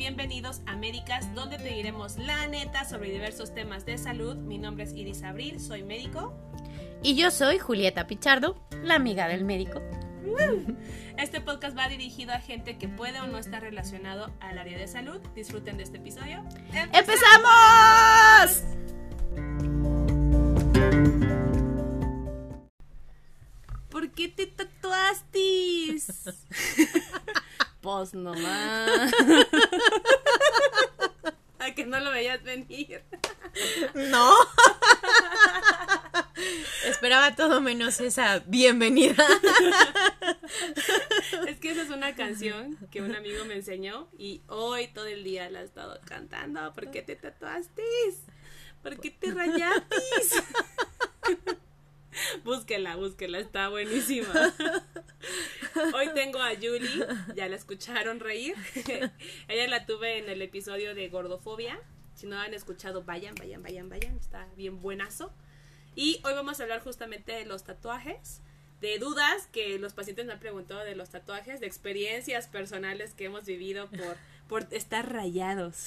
bienvenidos a Médicas, donde te diremos la neta sobre diversos temas de salud. Mi nombre es Iris Abril, soy médico. Y yo soy Julieta Pichardo, la amiga del médico. Este podcast va dirigido a gente que puede o no estar relacionado al área de salud. Disfruten de este episodio. ¡Empezamos! ¿Por qué te tatuaste? Pues nomás. A que no lo veías venir. No. Esperaba todo menos esa bienvenida. Es que esa es una canción que un amigo me enseñó y hoy todo el día la he estado cantando. ¿Por qué te tatuaste? ¿Por qué te rayaste? Búsquela, está buenísima. Hoy tengo a Julie, ya la escucharon reír. Ella la tuve en el episodio de gordofobia. Si no han escuchado, vayan, está bien buenazo. Y hoy vamos a hablar justamente de los tatuajes, de dudas que los pacientes me han preguntado de los tatuajes, de experiencias personales que hemos vivido por estar rayados.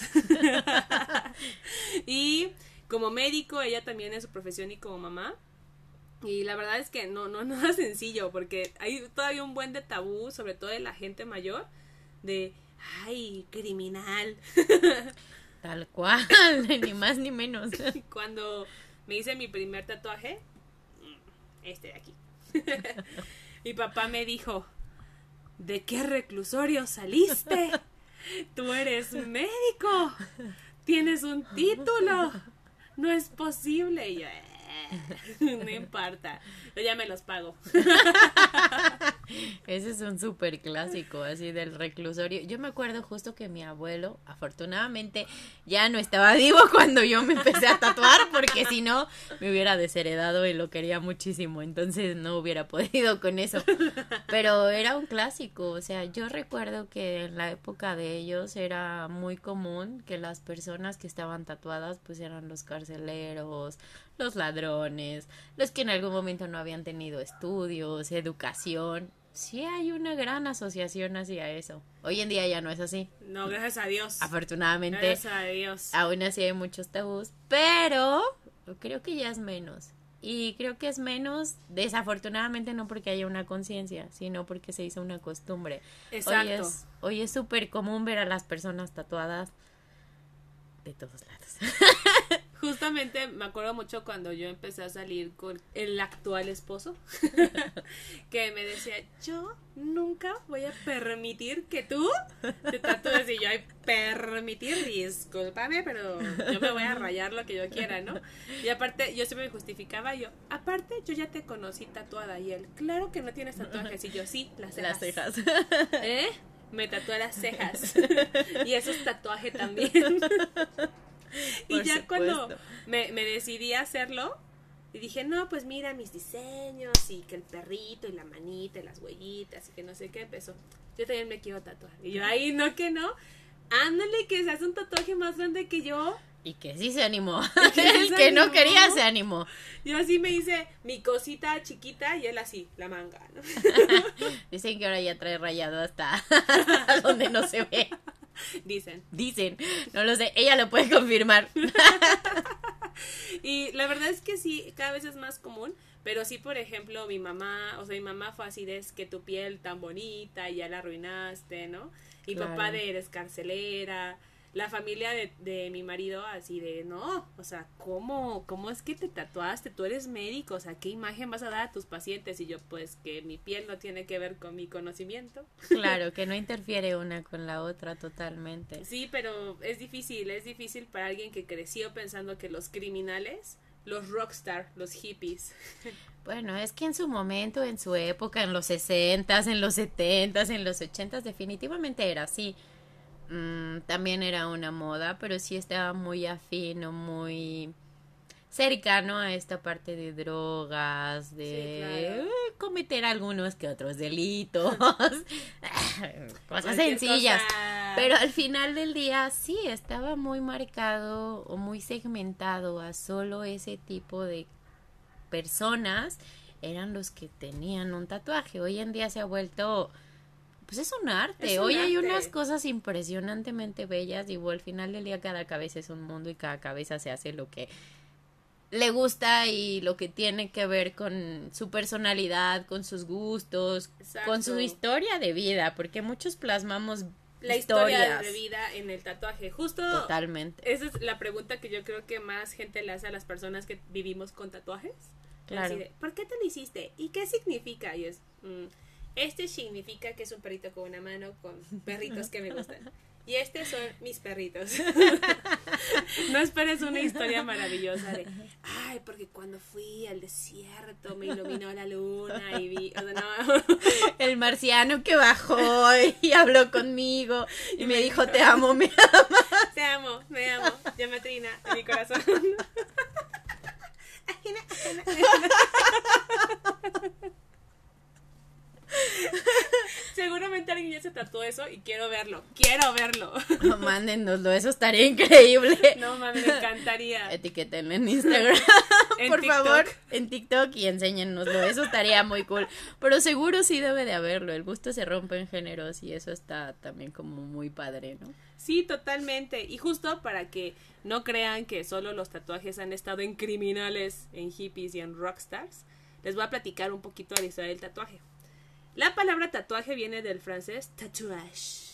Y como médico, ella también es su profesión y como mamá. Y la verdad es que no es sencillo, porque hay todavía un buen de tabú, sobre todo de la gente mayor, de, ay, criminal. Tal cual, ni más ni menos. Cuando me hice mi primer tatuaje, este de aquí, mi papá me dijo, ¿de qué reclusorio saliste? Tú eres médico, tienes un título, no es posible. Y yo, no importa, yo ya me los pago. Ese es un súper clásico, así del reclusorio. Yo me acuerdo justo que mi abuelo, afortunadamente, ya no estaba vivo cuando yo me empecé a tatuar, porque si no, me hubiera desheredado y lo quería muchísimo, entonces no hubiera podido con eso. Pero era un clásico, o sea, yo recuerdo que en la época de ellos era muy común que las personas que estaban tatuadas, pues eran los carceleros, los ladrones, los que en algún momento no habían tenido estudios, educación. Sí hay una gran asociación hacia eso. Hoy en día ya no es así. No, gracias a Dios. Afortunadamente. Gracias a Dios. Aún así hay muchos tabús, pero creo que ya es menos. Y creo que es menos, desafortunadamente, no porque haya una conciencia, sino porque se hizo una costumbre. Exacto. Hoy es súper común ver a las personas tatuadas de todos lados. Justamente me acuerdo mucho cuando yo empecé a salir con el actual esposo, que me decía, yo nunca voy a permitir que tú te tatúes. Y yo, ay, permitir, discúlpame, pero yo me voy a rayar lo que yo quiera, ¿no? Y aparte, yo siempre me justificaba, aparte, yo ya te conocí tatuada. Y él, claro que no tienes tatuajes. Y yo, sí, las cejas. Las cejas. Me tatué las cejas. Y eso es tatuaje también. Y Por ya supuesto. cuando me decidí a hacerlo, y dije, no, pues mira mis diseños, y que el perrito, y la manita, y las huellitas, y que no sé qué, empezó, yo también me quiero tatuar. Y yo, ay, no, que no, ándale, que se hace un tatuaje más grande que yo. Y que sí se animó. El que no quería se animó. Yo así me hice mi cosita chiquita, y él así, la manga, ¿no? Dicen que ahora ya trae rayado hasta donde no se ve. Dicen, no lo sé, ella lo puede confirmar. Y la verdad es que sí, cada vez es más común, pero sí, por ejemplo, mi mamá fue así de, es que tu piel tan bonita y ya la arruinaste, ¿no? Y Claro. papá de, eres carcelera. La familia de mi marido así de, no, o sea, ¿cómo es que te tatuaste? Tú eres médico, o sea, ¿qué imagen vas a dar a tus pacientes? Y yo, pues, que mi piel no tiene que ver con mi conocimiento. Claro, que no interfiere una con la otra totalmente. Sí, pero es difícil para alguien que creció pensando que los criminales, los rockstar, los hippies. Bueno, es que en su momento, en su época, en los 60s, en los 70s, en los 80s, definitivamente era así. También era una moda, pero sí estaba muy afín o muy cercano a esta parte de drogas, de Sí, claro. Cometer algunos que otros delitos, cosas Cualquier sencillas. cosa. Pero al final del día sí estaba muy marcado o muy segmentado a solo ese tipo de personas, eran los que tenían un tatuaje. Hoy en día se ha vuelto pues es un arte. Es un Hoy hay arte. unas cosas impresionantemente bellas y al final del día cada cabeza es un mundo y cada cabeza se hace lo que le gusta y lo que tiene que ver con su personalidad, con sus gustos, Exacto. con su historia de vida, porque muchos plasmamos La historia de vida en el tatuaje. Justo Totalmente. esa es la pregunta que yo creo que más gente le hace a las personas que vivimos con tatuajes. Claro. Así de, ¿por qué te lo hiciste? ¿Y qué significa? Y es, este significa que es un perrito con una mano con perritos que me gustan. Y estos son mis perritos. No esperes una historia maravillosa de, ay, porque cuando fui al desierto me iluminó la luna y vi, o sea, no. El marciano que bajó y habló conmigo y me dijo, te amo, me me amo, llamatrina en mi corazón. Seguramente alguien ya se tatuó eso y quiero verlo. Mándennoslo, eso estaría increíble. No mames, me encantaría. Etiquétenlo en Instagram, por TikTok. favor, en TikTok y enséñennoslo, eso estaría muy cool. Pero seguro sí debe de haberlo, el gusto se rompe en géneros y eso está también como muy padre, ¿no? Sí, totalmente. Y justo para que no crean que solo los tatuajes han estado en criminales, en hippies y en rockstars, les voy a platicar un poquito de la historia del tatuaje. La palabra tatuaje viene del francés tatouage.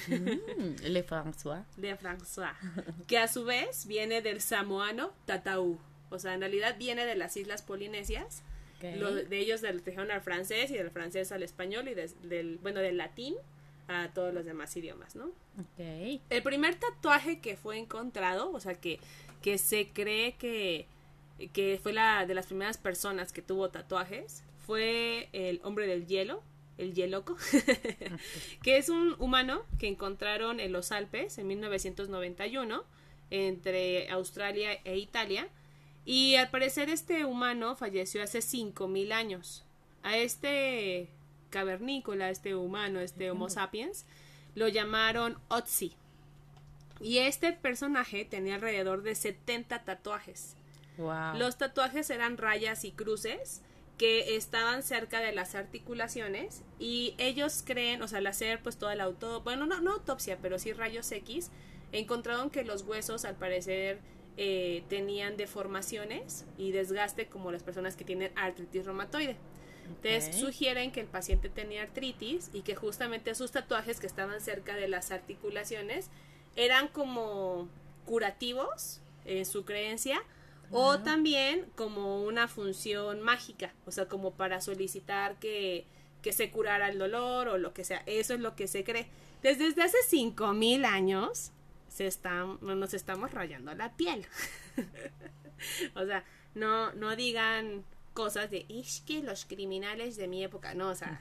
Le François. De François, que a su vez viene del samoano tataú. O sea, en realidad viene de las islas polinesias. Okay. De ellos del trajeron al francés y del francés al español y del latín a todos los demás idiomas, ¿no? Okay. El primer tatuaje que fue encontrado, o sea, que se cree que fue de las primeras personas que tuvo tatuajes, fue el hombre del hielo, el Yeloco, que es un humano que encontraron en los Alpes en 1991 entre Australia e Italia, y al parecer este humano falleció hace 5,000 años. A este cavernícola, este humano, este Homo sapiens, lo llamaron Otzi, y este personaje tenía alrededor de 70 tatuajes. Wow. Los tatuajes eran rayas y cruces que estaban cerca de las articulaciones, y ellos creen, o sea, al hacer pues toda la no autopsia, pero sí rayos X, encontraron que los huesos al parecer tenían deformaciones y desgaste como las personas que tienen artritis reumatoide. Entonces sugieren que el paciente tenía artritis y que justamente sus tatuajes que estaban cerca de las articulaciones eran como curativos en su creencia, o también como una función mágica, o sea, como para solicitar que se curara el dolor o lo que sea. Eso es lo que se cree. Desde hace 5,000 años nos estamos rayando la piel. O sea, no digan cosas de, es que los criminales de mi época, no, o sea.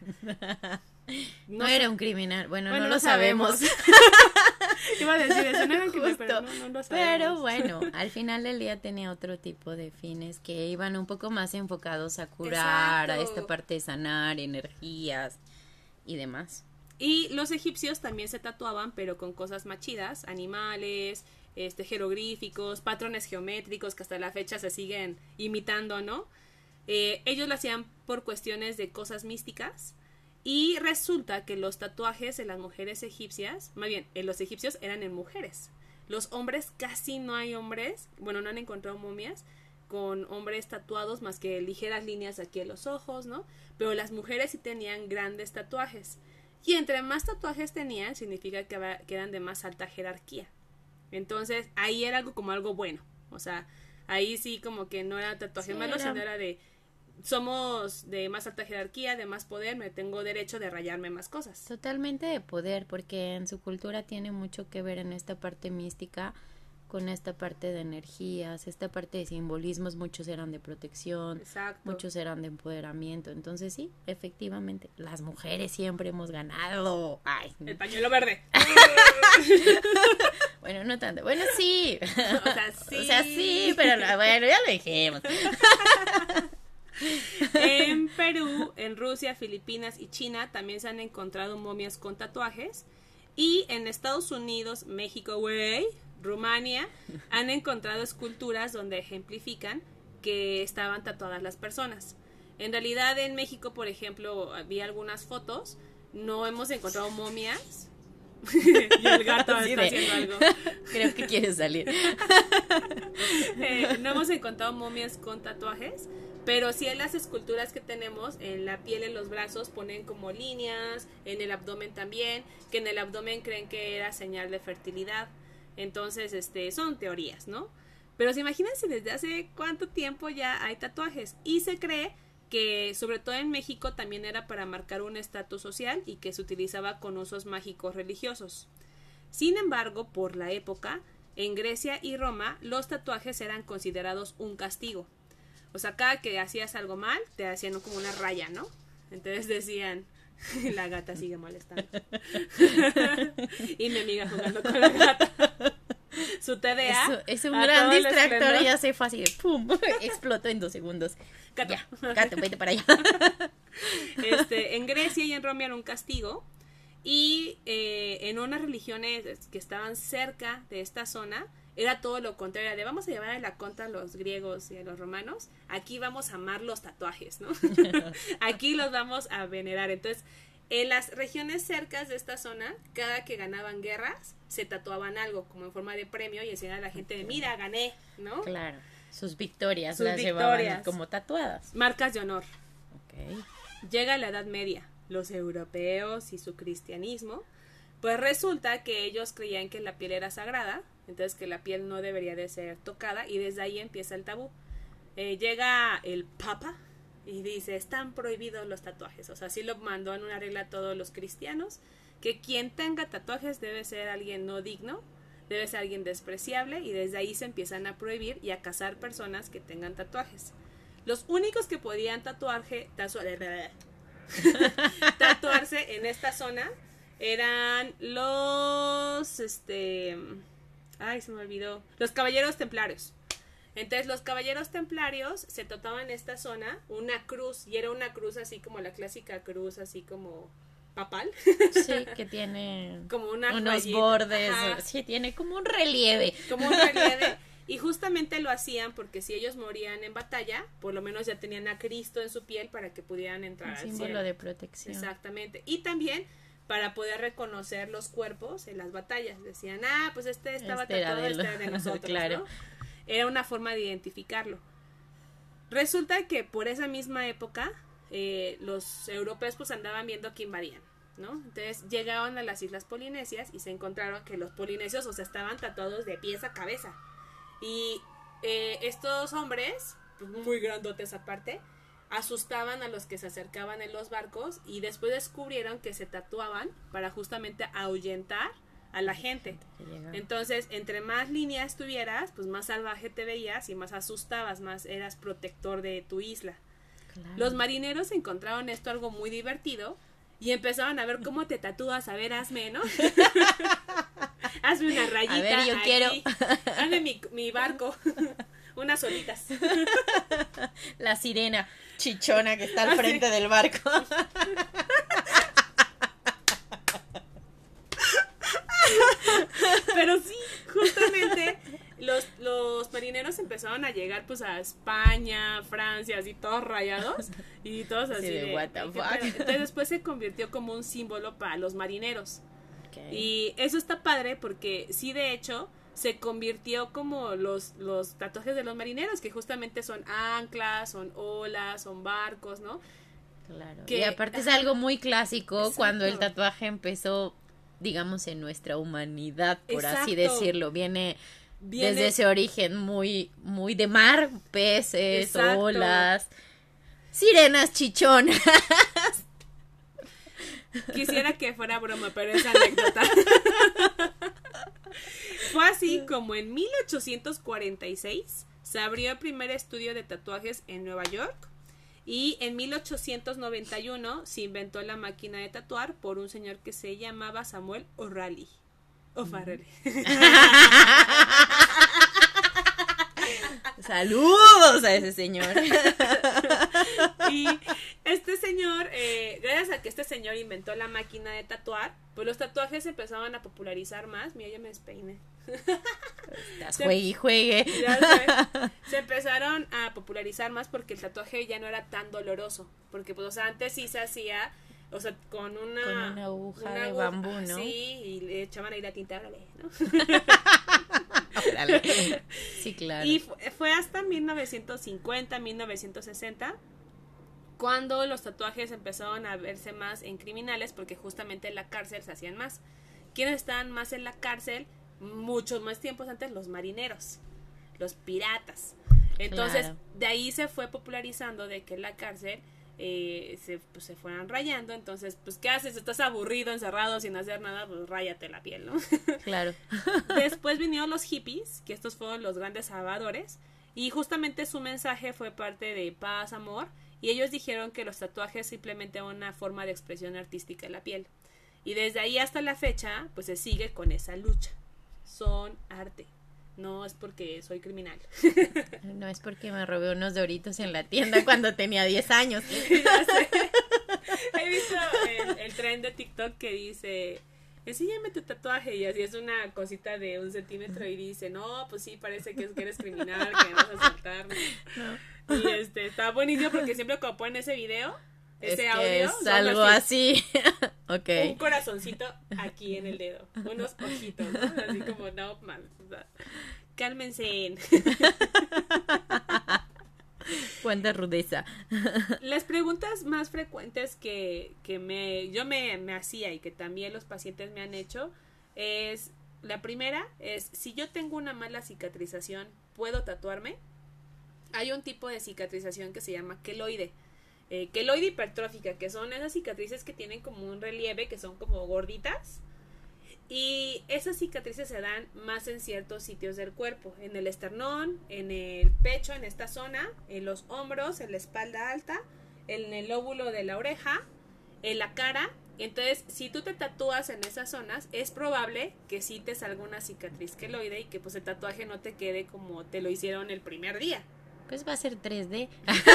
No era un criminal, bueno no lo sabemos. sabemos. Iba a decir eso, no eran criminales, pero no lo sabemos. Pero bueno, al final del día tenía otro tipo de fines que iban un poco más enfocados a curar, Exacto. a esta parte de sanar energías y demás. Y los egipcios también se tatuaban, pero con cosas más chidas, animales, jeroglíficos, patrones geométricos que hasta la fecha se siguen imitando, ¿no? Ellos lo hacían por cuestiones de cosas místicas, y resulta que los tatuajes en las mujeres egipcias, más bien, en los egipcios eran en mujeres. Los hombres, casi no hay hombres, bueno, no han encontrado momias con hombres tatuados más que ligeras líneas aquí en los ojos, ¿no? Pero las mujeres sí tenían grandes tatuajes. Y entre más tatuajes tenían, significa que eran de más alta jerarquía. Entonces, ahí era algo como algo bueno. O sea, ahí sí como que no era tatuaje malo, sino era de, somos de más alta jerarquía, de más poder, me tengo derecho de rayarme más cosas. Totalmente de poder, porque en su cultura tiene mucho que ver en esta parte mística, con esta parte de energías, esta parte de simbolismos. Muchos eran de protección, Exacto. muchos eran de empoderamiento. Entonces sí, efectivamente, las mujeres siempre hemos ganado. Ay. El pañuelo verde. Bueno, no tanto. Bueno, sí. O sea, sí. Pero bueno, ya lo dijimos. En Perú, en Rusia, Filipinas y China también se han encontrado momias con tatuajes. Y en Estados Unidos, México, Rumania, han encontrado esculturas donde ejemplifican que estaban tatuadas las personas. En realidad en México, por ejemplo, vi algunas fotos no hemos encontrado momias. Y el gato Sí, está haciendo algo. Creo que quiere salir. No hemos encontrado momias con tatuajes, pero sí en las esculturas que tenemos, en la piel, en los brazos, ponen como líneas, en el abdomen también, que en el abdomen creen que era señal de fertilidad. Entonces, son teorías, ¿no? Pero se imaginan si desde hace cuánto tiempo ya hay tatuajes. Y se cree que sobre todo en México también era para marcar un estatus social y que se utilizaba con usos mágicos religiosos. Sin embargo, por la época, en Grecia y Roma, los tatuajes eran considerados un castigo. O sea, cada que hacías algo mal, te hacían como una raya, ¿no? Entonces decían, la gata sigue molestando. Y mi amiga jugando con la gata. Su TDA. Es un gran distractor y ya se fue así de pum, explotó en 2 segundos. Gato. Ya, gato, vete para allá. En Grecia y en Roma era un castigo. Y en unas religiones que estaban cerca de esta zona, era todo lo contrario, de vamos a llevar a la contra a los griegos y a los romanos, aquí vamos a amar los tatuajes, ¿no? Aquí los vamos a venerar. Entonces, en las regiones cercas de esta zona, cada que ganaban guerras, se tatuaban algo como en forma de premio y decían a la gente, mira, gané, ¿no? Claro, sus victorias Sus las victorias. llevaban como tatuadas. Marcas de honor. Okay. Llega la Edad Media, los europeos y su cristianismo, pues resulta que ellos creían que la piel era sagrada, entonces que la piel no debería de ser tocada y desde ahí empieza el tabú. Llega el Papa y dice, están prohibidos los tatuajes, o sea, sí lo mandó en una regla a todos los cristianos, que quien tenga tatuajes debe ser alguien no digno, debe ser alguien despreciable y desde ahí se empiezan a prohibir y a cazar personas que tengan tatuajes. Los únicos que podían tatuarse en esta zona eran los ay, se me olvidó, los caballeros templarios. Entonces los caballeros templarios se tatuaban en esta zona una cruz, y era una cruz así como la clásica cruz así como papal. Sí, que tiene como unos bordes. Ajá. Sí, tiene como un relieve. Como un relieve. Y justamente lo hacían porque si ellos morían en batalla, por lo menos ya tenían a Cristo en su piel para que pudieran entrar al cielo. Símbolo de protección. Exactamente. Y también para poder reconocer los cuerpos en las batallas. Decían, pues estaba tatuado, este era de nosotros, claro. ¿no? Era una forma de identificarlo. Resulta que por esa misma época los europeos pues andaban viendo que invadían, ¿no? Entonces llegaron a las islas polinesias y se encontraron que los polinesios, o sea, estaban tatuados de pies a cabeza. Y estos hombres, pues muy grandotes aparte, asustaban a los que se acercaban en los barcos y después descubrieron que se tatuaban para justamente ahuyentar a la gente. Entonces, entre más líneas tuvieras, pues más salvaje te veías y más asustabas, más eras protector de tu isla. Claro. Los marineros encontraron esto algo muy divertido y empezaron a ver cómo te tatúas, a ver, hazme, ¿no? Hazme una rayita. A ver, yo aquí. quiero. Hazme mi barco. Unas olitas. La sirena chichona que está al frente del barco. Pero sí, justamente los marineros empezaron a llegar pues a España, Francia, así todos rayados y todos así de what the fuck. Entonces después se convirtió como un símbolo para los marineros. Okay. Y eso está padre porque sí, de hecho se convirtió como los tatuajes de los marineros, que justamente son anclas, son olas, son barcos, ¿no? Claro. Y aparte es algo muy clásico. Exacto. Cuando el tatuaje empezó, digamos, en nuestra humanidad, por Exacto. así decirlo, viene desde ese origen muy, muy de mar, peces, Exacto. olas, sirenas chichonas. Quisiera que fuera broma, pero es anécdota. Fue así como en 1846 se abrió el primer estudio de tatuajes en Nueva York y en 1891 se inventó la máquina de tatuar por un señor que se llamaba Samuel O'Reilly. O'Farrell. Saludos a ese señor. Y este señor, gracias a que este señor inventó la máquina de tatuar, pues los tatuajes se empezaban a popularizar más. Mira, ya me despeiné. Juegue y juegue. Se empezaron a popularizar más porque el tatuaje ya no era tan doloroso. Porque, pues, o sea, antes sí se hacía o sea, con Con una aguja de aguja, bambú, ¿no? Sí, y le echaban ahí la tinta, órale, ¿no? Órale. Sí, claro. Y fue hasta 1950, 1960 cuando los tatuajes empezaron a verse más en criminales, porque justamente en la cárcel se hacían más. ¿Quiénes estaban más en la cárcel? Muchos más tiempos antes, los marineros, los piratas. Entonces, Claro. de ahí se fue popularizando de que en la cárcel se fueran rayando. Entonces, pues, ¿qué haces? Estás aburrido, encerrado, sin hacer nada, pues ráyate la piel, ¿no? Claro. Después vinieron los hippies, que estos fueron los grandes salvadores, y justamente su mensaje fue parte de paz, amor, y ellos dijeron que los tatuajes simplemente eran una forma de expresión artística en la piel. Y desde ahí hasta la fecha, pues se sigue con esa lucha. Son arte. No es porque soy criminal. No es porque me robé unos Doritos en la tienda cuando tenía 10 años. Ya sé. He visto el tren de TikTok que dice, enséñame tu tatuaje, y así es una cosita de 1 centímetro y dice, no, pues sí, parece que eres criminal, que vas a asaltarme. No. Y está buenísimo porque siempre cuando ponen ese video, Es ese que audio, es son algo así. Ok. un corazoncito aquí en el dedo, unos ojitos, ¿no? Así como, no, man, o sea, cálmense. Cuánta rudeza. Las preguntas más frecuentes que yo me hacía y que también los pacientes me han hecho es, la primera es, si yo tengo una mala cicatrización, ¿puedo tatuarme? Hay un tipo de cicatrización que se llama queloide. Queloide hipertrófica, que son esas cicatrices que tienen como un relieve, que son como gorditas. Y esas cicatrices se dan más en ciertos sitios del cuerpo, en el esternón, en el pecho, en esta zona, en los hombros, en la espalda alta, en el lóbulo de la oreja, en la cara. Entonces, si tú te tatúas en esas zonas, es probable que sí te salga una cicatriz queloide y que pues el tatuaje no te quede como te lo hicieron el primer día. Pues va a ser 3D.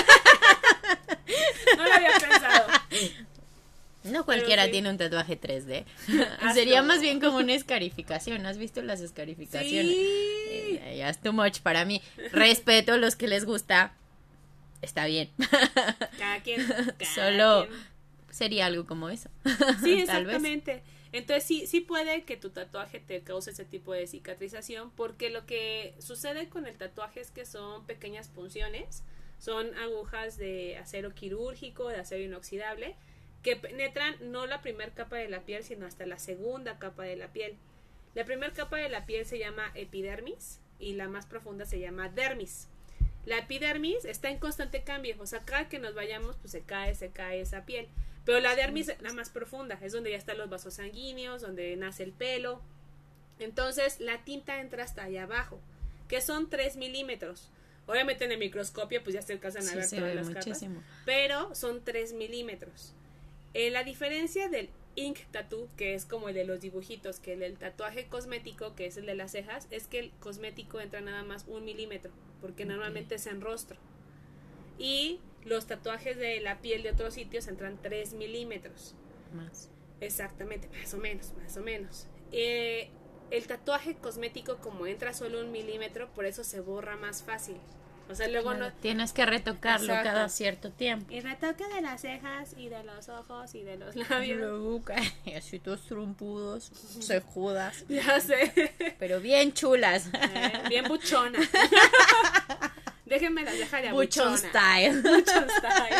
No lo había pensado. No cualquiera sí. tiene un tatuaje 3D. Hazlo. Sería más bien como una escarificación. ¿Has visto las escarificaciones? Sí. Ya es too much para mí. Respeto a los que les gusta. Está bien. Cada quien. Solo quien. sería algo como eso. Sí, Tal vez. exactamente. Entonces sí puede que tu tatuaje te cause ese tipo de cicatrización, porque lo que sucede con el tatuaje es que son pequeñas punciones, son agujas de acero quirúrgico, de acero inoxidable, que penetran no la primera capa de la piel, sino hasta la segunda capa de la piel. La primera capa de la piel se llama epidermis y la más profunda se llama dermis. La epidermis está en constante cambio, o sea, cada que nos vayamos, pues se cae esa piel. Pero la dermis es la más profunda, es donde ya están los vasos sanguíneos, donde nace el pelo. Entonces, la tinta entra hasta allá abajo, que son 3 milímetros. Obviamente en el microscopio, pues ya se alcanzan a ver todas las capas, pero son 3 milímetros. La diferencia del ink tattoo, que es como el de los dibujitos, que el del tatuaje cosmético, que es el de las cejas, es que el cosmético entra nada más 1 milímetro, porque normalmente es en rostro. Y los tatuajes de la piel de otros sitios entran 3 milímetros. Más. Exactamente, más o menos. El tatuaje cosmético, como entra solo 1 milímetro, por eso se borra más fácil. O sea, luego Claro, no... tienes que retocarlo. Exacto. Cada cierto tiempo. Y retoque de las cejas y de los ojos y de los labios. La boca, y así todos trompudos, cejudas. Ya sé. Pero bien chulas. Bien buchona. Déjenme las dejar de buchón buchona. Style. Buchón style.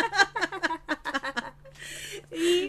Y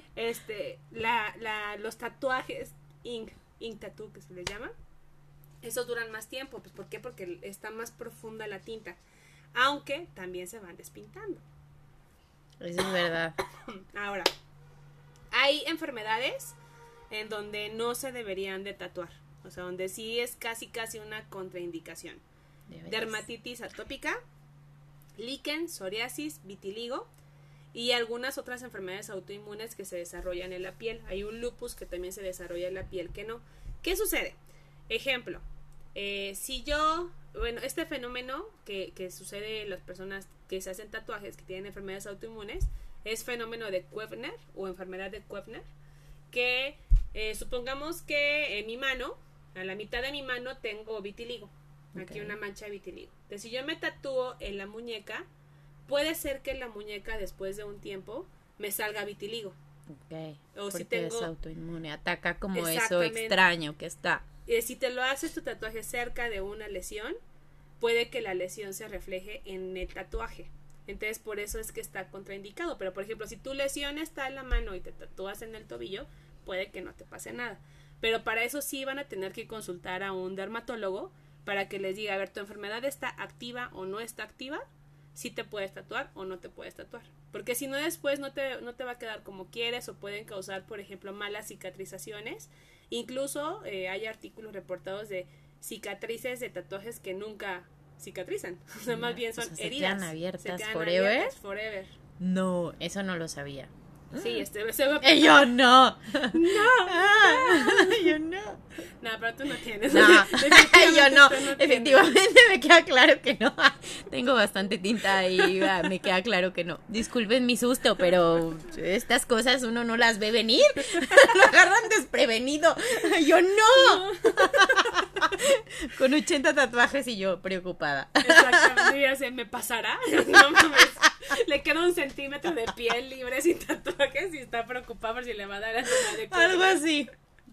los tatuajes ink tattoo, que se les llama, esos duran más tiempo. Pues ¿por qué? Porque está más profunda la tinta, aunque también se van despintando. Eso es verdad. Ahora, hay enfermedades en donde no se deberían de tatuar, o sea, donde sí es casi una contraindicación. Dermatitis atópica, líquen, psoriasis, vitiligo y algunas otras enfermedades autoinmunes que se desarrollan en la piel. Hay un lupus que también se desarrolla en la piel que no. ¿Qué sucede? Ejemplo, este fenómeno que sucede en las personas que se hacen tatuajes, que tienen enfermedades autoinmunes, es fenómeno de Koebner o enfermedad de Koebner, que supongamos que en mi mano, a la mitad de mi mano tengo vitiligo. Aquí una mancha de vitiligo. Entonces, si yo me tatúo en la muñeca, puede ser que la muñeca después de un tiempo me salga vitiligo. Okay. O porque si tengo... es autoinmune, ataca como eso extraño que está. Si te lo haces tu tatuaje cerca de una lesión, puede que la lesión se refleje en el tatuaje. Entonces por eso es que está contraindicado. Pero por ejemplo, si tu lesión está en la mano y te tatúas en el tobillo, puede que no te pase nada. Pero para eso sí van a tener que consultar a un dermatólogo para que les diga, a ver, tu enfermedad está activa o no está activa, si te puedes tatuar o no te puedes tatuar. Porque si no, después no te va a quedar como quieres, o pueden causar, por ejemplo, malas cicatrizaciones. Incluso hay artículos reportados de cicatrices de tatuajes que nunca cicatrizan. O sea, más bien son heridas. Se quedan abiertas forever. Abiertas forever. No, eso no lo sabía. Sí, se va a... Yo no. No. Yo no. No, pero tú no tienes. No. Yo no. Efectivamente me queda claro que no. Tengo bastante tinta y me queda claro que no. Disculpen mi susto, pero estas cosas uno no las ve venir. Lo agarran desprevenido. Yo no. Con 80 tatuajes y yo preocupada. Exactamente. Ya sé, ¿me pasará? No mames. Le queda 1 centímetro de piel libre sin tatuajes y está preocupada por si le va a dar a su madre. Algo así.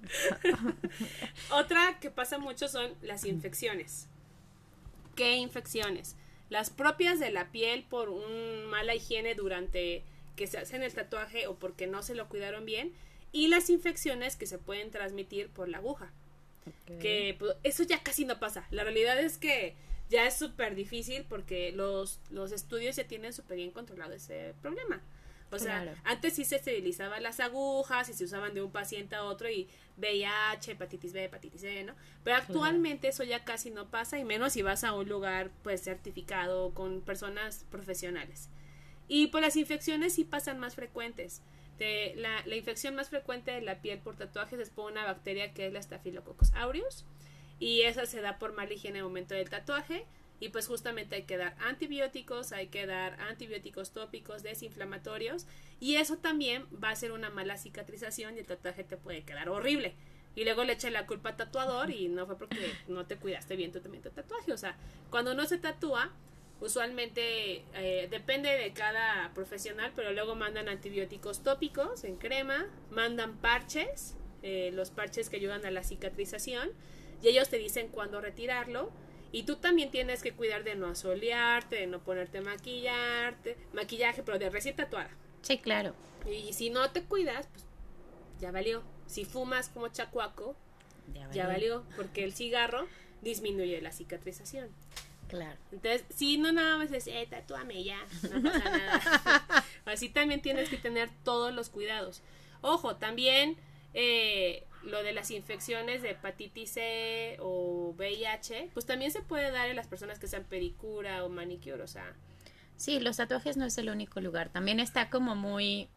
Otra que pasa mucho son las infecciones. ¿Qué infecciones? Las propias de la piel por una mala higiene durante que se hacen el tatuaje o porque no se lo cuidaron bien, y las infecciones que se pueden transmitir por la aguja. Okay. Que pues, eso ya casi no pasa. La realidad es que ya es súper difícil porque los estudios ya tienen súper bien controlado ese problema. O sea, antes sí se esterilizaban las agujas y se usaban de un paciente a otro y VIH, hepatitis B, hepatitis C, ¿no? Pero actualmente eso ya casi no pasa, y menos si vas a un lugar pues certificado con personas profesionales. Y pues las infecciones sí pasan más frecuentes. La infección más frecuente de la piel por tatuajes es por una bacteria que es la Staphylococcus aureus, y esa se da por mala higiene en el momento del tatuaje. Y pues justamente hay que dar antibióticos, hay que dar antibióticos tópicos, desinflamatorios, y eso también va a ser una mala cicatrización y el tatuaje te puede quedar horrible. Y luego le eché la culpa al tatuador y no fue porque no te cuidaste bien tu tatuaje. O sea, cuando no se tatúa, usualmente depende de cada profesional, pero luego mandan antibióticos tópicos en crema, mandan parches, los parches que ayudan a la cicatrización, y ellos te dicen cuándo retirarlo. Y tú también tienes que cuidar de no asolearte, de no ponerte maquillaje, pero de recién tatuada. Sí, claro. Y si no te cuidas, pues ya valió. Si fumas como chacuaco, ya valió, porque el cigarro disminuye la cicatrización. Claro. Entonces, si no nada más es, tatúame ya, no pasa nada. Así también tienes que tener todos los cuidados. Ojo, también lo de las infecciones de hepatitis C o VIH, pues también se puede dar en las personas que sean pedicura o manicure, o sea. Sí, los tatuajes no es el único lugar. También está como muy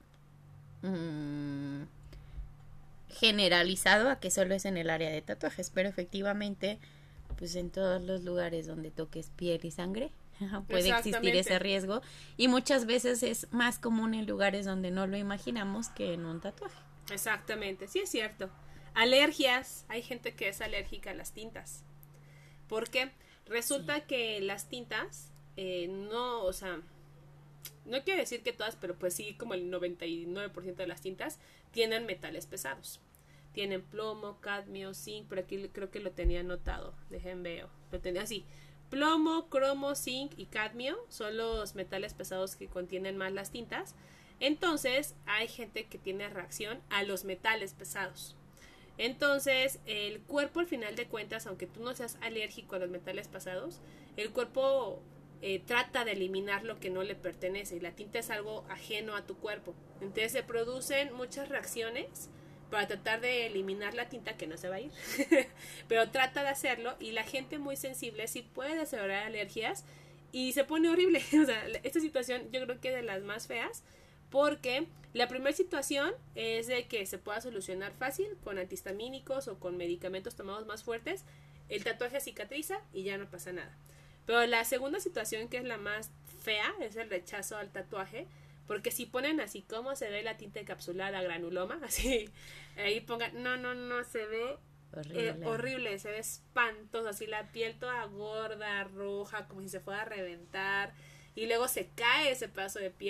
generalizado a que solo es en el área de tatuajes, pero efectivamente, pues en todos los lugares donde toques piel y sangre puede existir ese riesgo, y muchas veces es más común en lugares donde no lo imaginamos que en un tatuaje. Exactamente, sí es cierto. Alergias, hay gente que es alérgica a las tintas. Porque resulta que las tintas, no, o sea, no quiero decir que todas, pero pues sí, como el 99% de las tintas tienen metales pesados. Tienen plomo, cadmio, zinc, pero aquí creo que lo tenía anotado, dejen veo, lo tenía así. Plomo, cromo, zinc y cadmio son los metales pesados que contienen más las tintas. Entonces hay gente que tiene reacción a los metales pesados. Entonces el cuerpo, al final de cuentas, aunque tú no seas alérgico a los metales pesados, el cuerpo trata de eliminar lo que no le pertenece, y la tinta es algo ajeno a tu cuerpo. Entonces se producen muchas reacciones para tratar de eliminar la tinta, que no se va a ir pero trata de hacerlo, y la gente muy sensible sí puede desarrollar alergias y se pone horrible. O sea, esta situación yo creo que es de las más feas, porque la primera situación es de que se pueda solucionar fácil con antihistamínicos o con medicamentos tomados más fuertes, el tatuaje cicatriza y ya no pasa nada. Pero la segunda situación, que es la más fea, es el rechazo al tatuaje, porque si ponen así como se ve la tinta encapsulada, granuloma, así, ahí pongan, no, se ve horrible, se ve espantoso, así la piel toda gorda, roja, como si se fuera a reventar, y luego se cae ese pedazo de piel.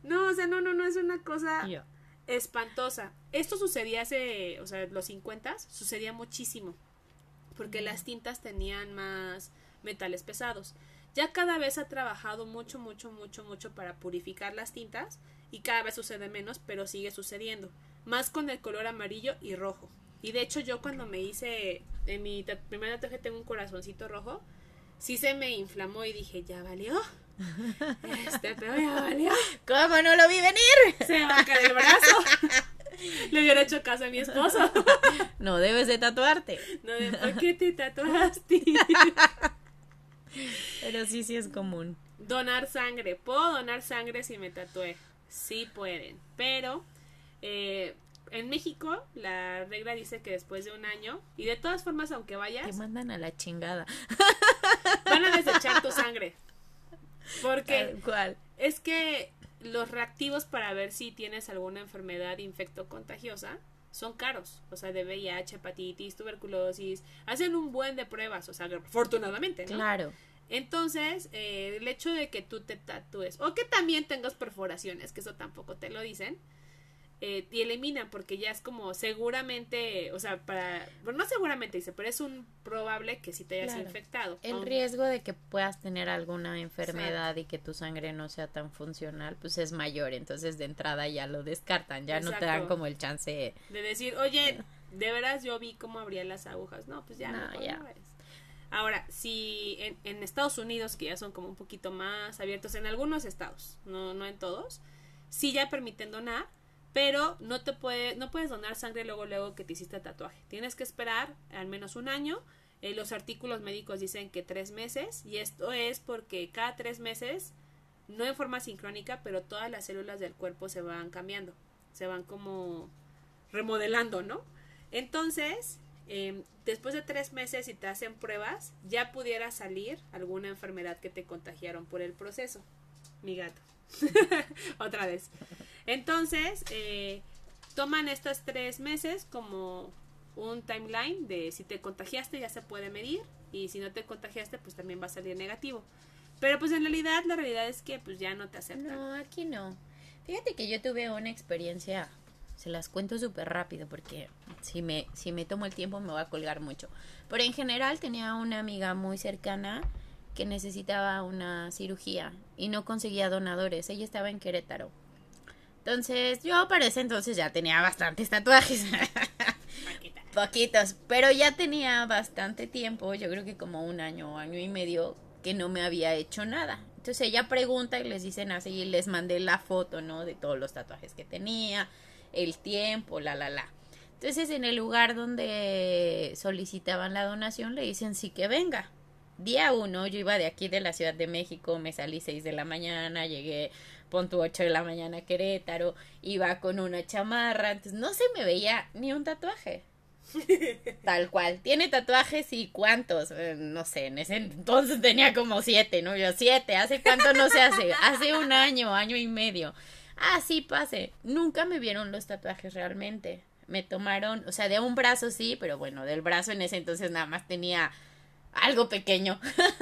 No, o sea, no, es una cosa Yo. espantosa. Esto sucedía hace, o sea, los 50 sucedía muchísimo, porque las tintas tenían más metales pesados. Ya cada vez ha trabajado mucho para purificar las tintas y cada vez sucede menos, pero sigue sucediendo. Más con el color amarillo y rojo. Y de hecho yo cuando me hice, en mi primer tatuaje tengo un corazoncito rojo, sí se me inflamó y dije, ya valió. Pero ya valió. ¿Cómo no lo vi venir? Se me va a caer el brazo. Le hubiera hecho caso a mi esposo. No debes de tatuarte. No, ¿por qué te tatuaste? Pero sí es común. Donar sangre. ¿Puedo donar sangre si me tatué? Sí pueden. Pero en México la regla dice que después de un año, y de todas formas aunque vayas, Te mandan a la chingada. van a desechar tu sangre. Porque Tal cual. es que los reactivos para ver si tienes alguna enfermedad infectocontagiosa son caros, o sea, de VIH, hepatitis, tuberculosis, hacen un buen de pruebas, o sea, afortunadamente, ¿no? Claro. Entonces, el hecho de que tú te tatúes, o que también tengas perforaciones, que eso tampoco te lo dicen, y eliminan, porque ya es como seguramente, o sea, bueno, no seguramente dice, pero es un probable que si te hayas infectado. El riesgo de que puedas tener alguna enfermedad y que tu sangre no sea tan funcional, pues es mayor, entonces de entrada ya lo descartan, ya no te dan como el chance de decir, oye, de veras yo vi cómo abrían las agujas, no, pues ya no, ya. No es. Ahora, si en Estados Unidos, que ya son como un poquito más abiertos, en algunos estados, no en todos, sí ya permiten donar, pero no puedes donar sangre luego que te hiciste tatuaje. Tienes que esperar al menos un año. Los artículos médicos dicen que 3 meses, y esto es porque cada 3 meses, no en forma sincrónica, pero todas las células del cuerpo se van cambiando, se van como remodelando, ¿no? Entonces, después de 3 meses, si te hacen pruebas, ya pudiera salir alguna enfermedad que te contagiaron por el proceso. Mi gato. Otra vez. Entonces, toman estos 3 meses como un timeline de si te contagiaste ya se puede medir, y si no te contagiaste pues también va a salir negativo. Pero pues en realidad, la realidad es que pues ya no te aceptan. No, aquí no. Fíjate que yo tuve una experiencia, se las cuento súper rápido porque si me tomo el tiempo me va a colgar mucho. Pero en general tenía una amiga muy cercana que necesitaba una cirugía y no conseguía donadores. Ella estaba en Querétaro. Entonces, yo para ese entonces ya tenía bastantes tatuajes. Poquitos, pero ya tenía bastante tiempo, yo creo que como un año y medio, que no me había hecho nada. Entonces ella pregunta y les dicen así, y les mandé la foto, ¿no? De todos los tatuajes que tenía, el tiempo, la. Entonces en el lugar donde solicitaban la donación le dicen sí que venga. Día 1, yo iba de aquí de la Ciudad de México, me salí 6 de la mañana, llegué punto 8 de la mañana a Querétaro, iba con una chamarra, entonces no se me veía ni un tatuaje. Tal cual, tiene tatuajes y cuántos, no sé, en ese entonces tenía como 7, ¿no? Yo 7, ¿hace cuánto no se hace? Hace un año y medio. Ah, sí, pase. Nunca me vieron los tatuajes realmente. Me tomaron, o sea, de un brazo sí, pero bueno, del brazo en ese entonces nada más tenía algo pequeño.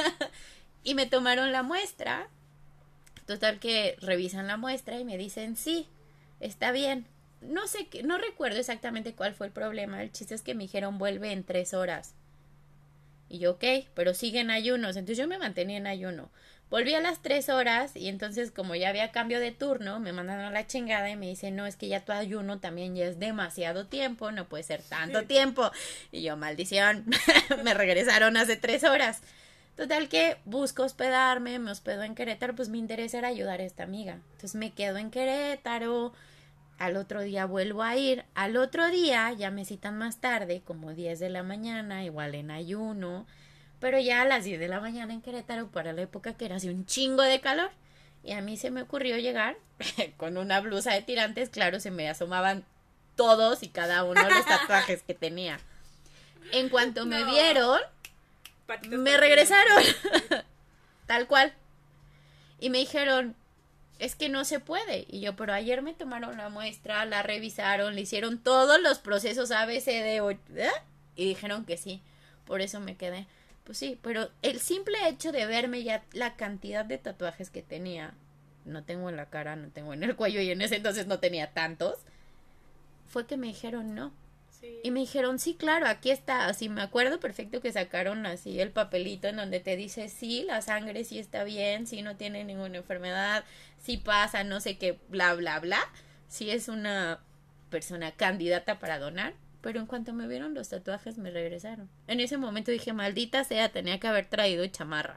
Y me tomaron la muestra. Total que revisan la muestra y me dicen, sí, está bien. No sé, no recuerdo exactamente cuál fue el problema. El chiste es que me dijeron, vuelve en 3 horas. Y yo, ok, pero sigue en ayunos. Entonces yo me mantenía en ayuno. Volví a las 3 horas y entonces como ya había cambio de turno, me mandaron a la chingada y me dicen, no, es que ya tu ayuno también ya es demasiado tiempo, no puede ser tanto tiempo. Y yo, maldición, me regresaron hace 3 horas. Total que busco hospedarme, me hospedo en Querétaro, pues mi interés era ayudar a esta amiga. Entonces me quedo en Querétaro, al otro día vuelvo a ir, al otro día ya me citan más tarde, como 10 de la mañana, igual en ayuno, pero ya a las 10 de la mañana en Querétaro, para la época que era así un chingo de calor. Y a mí se me ocurrió llegar con una blusa de tirantes, claro, se me asomaban todos y cada uno de los tatuajes que tenía. En cuanto me vieron, me regresaron, tal cual, y me dijeron, es que no se puede. Y yo, pero ayer me tomaron la muestra, la revisaron, le hicieron todos los procesos ABCD, y dijeron que sí, por eso me quedé. Pues sí, pero el simple hecho de verme ya la cantidad de tatuajes que tenía, no tengo en la cara, no tengo en el cuello, y en ese entonces no tenía tantos, fue que me dijeron no. Sí. Y me dijeron, sí, claro, aquí está. Así me acuerdo perfecto que sacaron así el papelito en donde te dice, sí, la sangre sí está bien, sí no tiene ninguna enfermedad, sí pasa, no sé qué, bla, bla, bla. Sí es una persona candidata para donar. Pero en cuanto me vieron los tatuajes me regresaron. En ese momento dije, maldita sea, tenía que haber traído chamarra.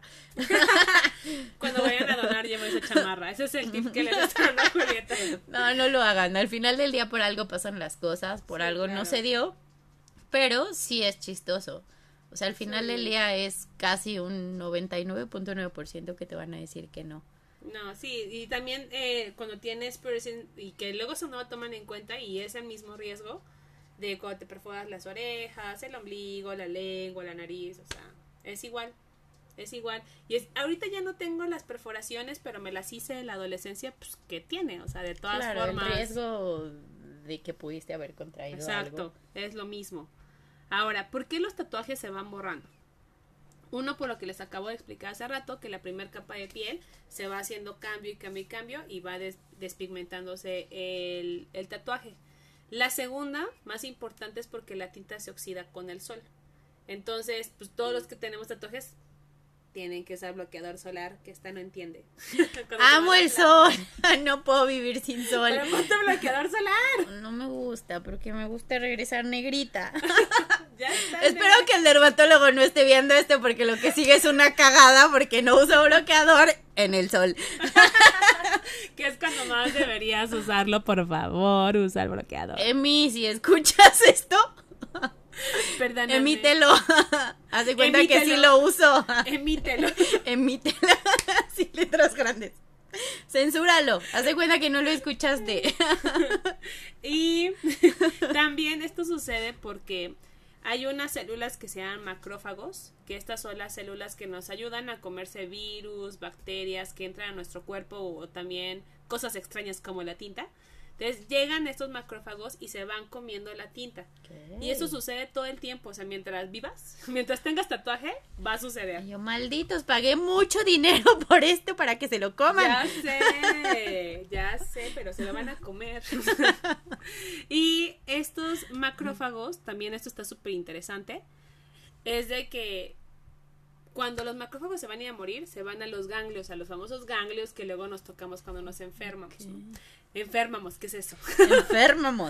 Cuando vayan a donar, llevo esa chamarra. Ese es el tip que le das a Julieta. No, no lo hagan. Al final del día por algo pasan las cosas, por algo claro. No se dio. Pero sí es chistoso. O sea, al final del día es casi un 99.9% que te van a decir que no. No, sí, y también cuando tienes piercing y que luego eso no lo toman en cuenta y es el mismo riesgo de cuando te perforas las orejas, el ombligo, la lengua, la nariz, o sea, es igual. Y ahorita ya no tengo las perforaciones, pero me las hice en la adolescencia, pues, que tiene, o sea, de todas formas. El riesgo de que pudiste haber contraído exacto, algo. Es lo mismo. Ahora, ¿por qué los tatuajes se van borrando? Uno, por lo que les acabo de explicar hace rato, que la primera capa de piel se va haciendo cambio y va despigmentándose el tatuaje. La segunda, más importante, es porque la tinta se oxida con el sol. Entonces, pues todos los que tenemos tatuajes tienen que usar bloqueador solar, que esta no entiende. ¡Amo el sol! No puedo vivir sin sol. ¡Pero ponte bloqueador solar! No me gusta, porque me gusta regresar negrita. Ya está. Espero que el dermatólogo no esté viendo esto, porque lo que sigue es una cagada, porque no uso bloqueador en el sol. Que es cuando más deberías usarlo, por favor, usa el bloqueador. Emi, si escuchas esto, perdóname. Emítelo. Haz de cuenta que sí lo uso. Emítelo. Sin letras grandes. Censúralo. Haz de cuenta que no lo escuchaste. Y también esto sucede porque hay unas células que se llaman macrófagos, que estas son las células que nos ayudan a comerse virus, bacterias que entran a nuestro cuerpo o también cosas extrañas como la tinta. Entonces llegan estos macrófagos y se van comiendo la tinta. Okay. Y eso sucede todo el tiempo, o sea, mientras vivas, mientras tengas tatuaje, va a suceder. Ay, yo, malditos, pagué mucho dinero por esto para que se lo coman. Ya sé, pero se lo van a comer. Y estos macrófagos, también esto está súper interesante, es de que cuando los macrófagos se van a ir a morir, se van a los ganglios, a los famosos ganglios que luego nos tocamos cuando nos enfermamos. Okay. Enfermamos, ¿qué es eso? Enfermamos.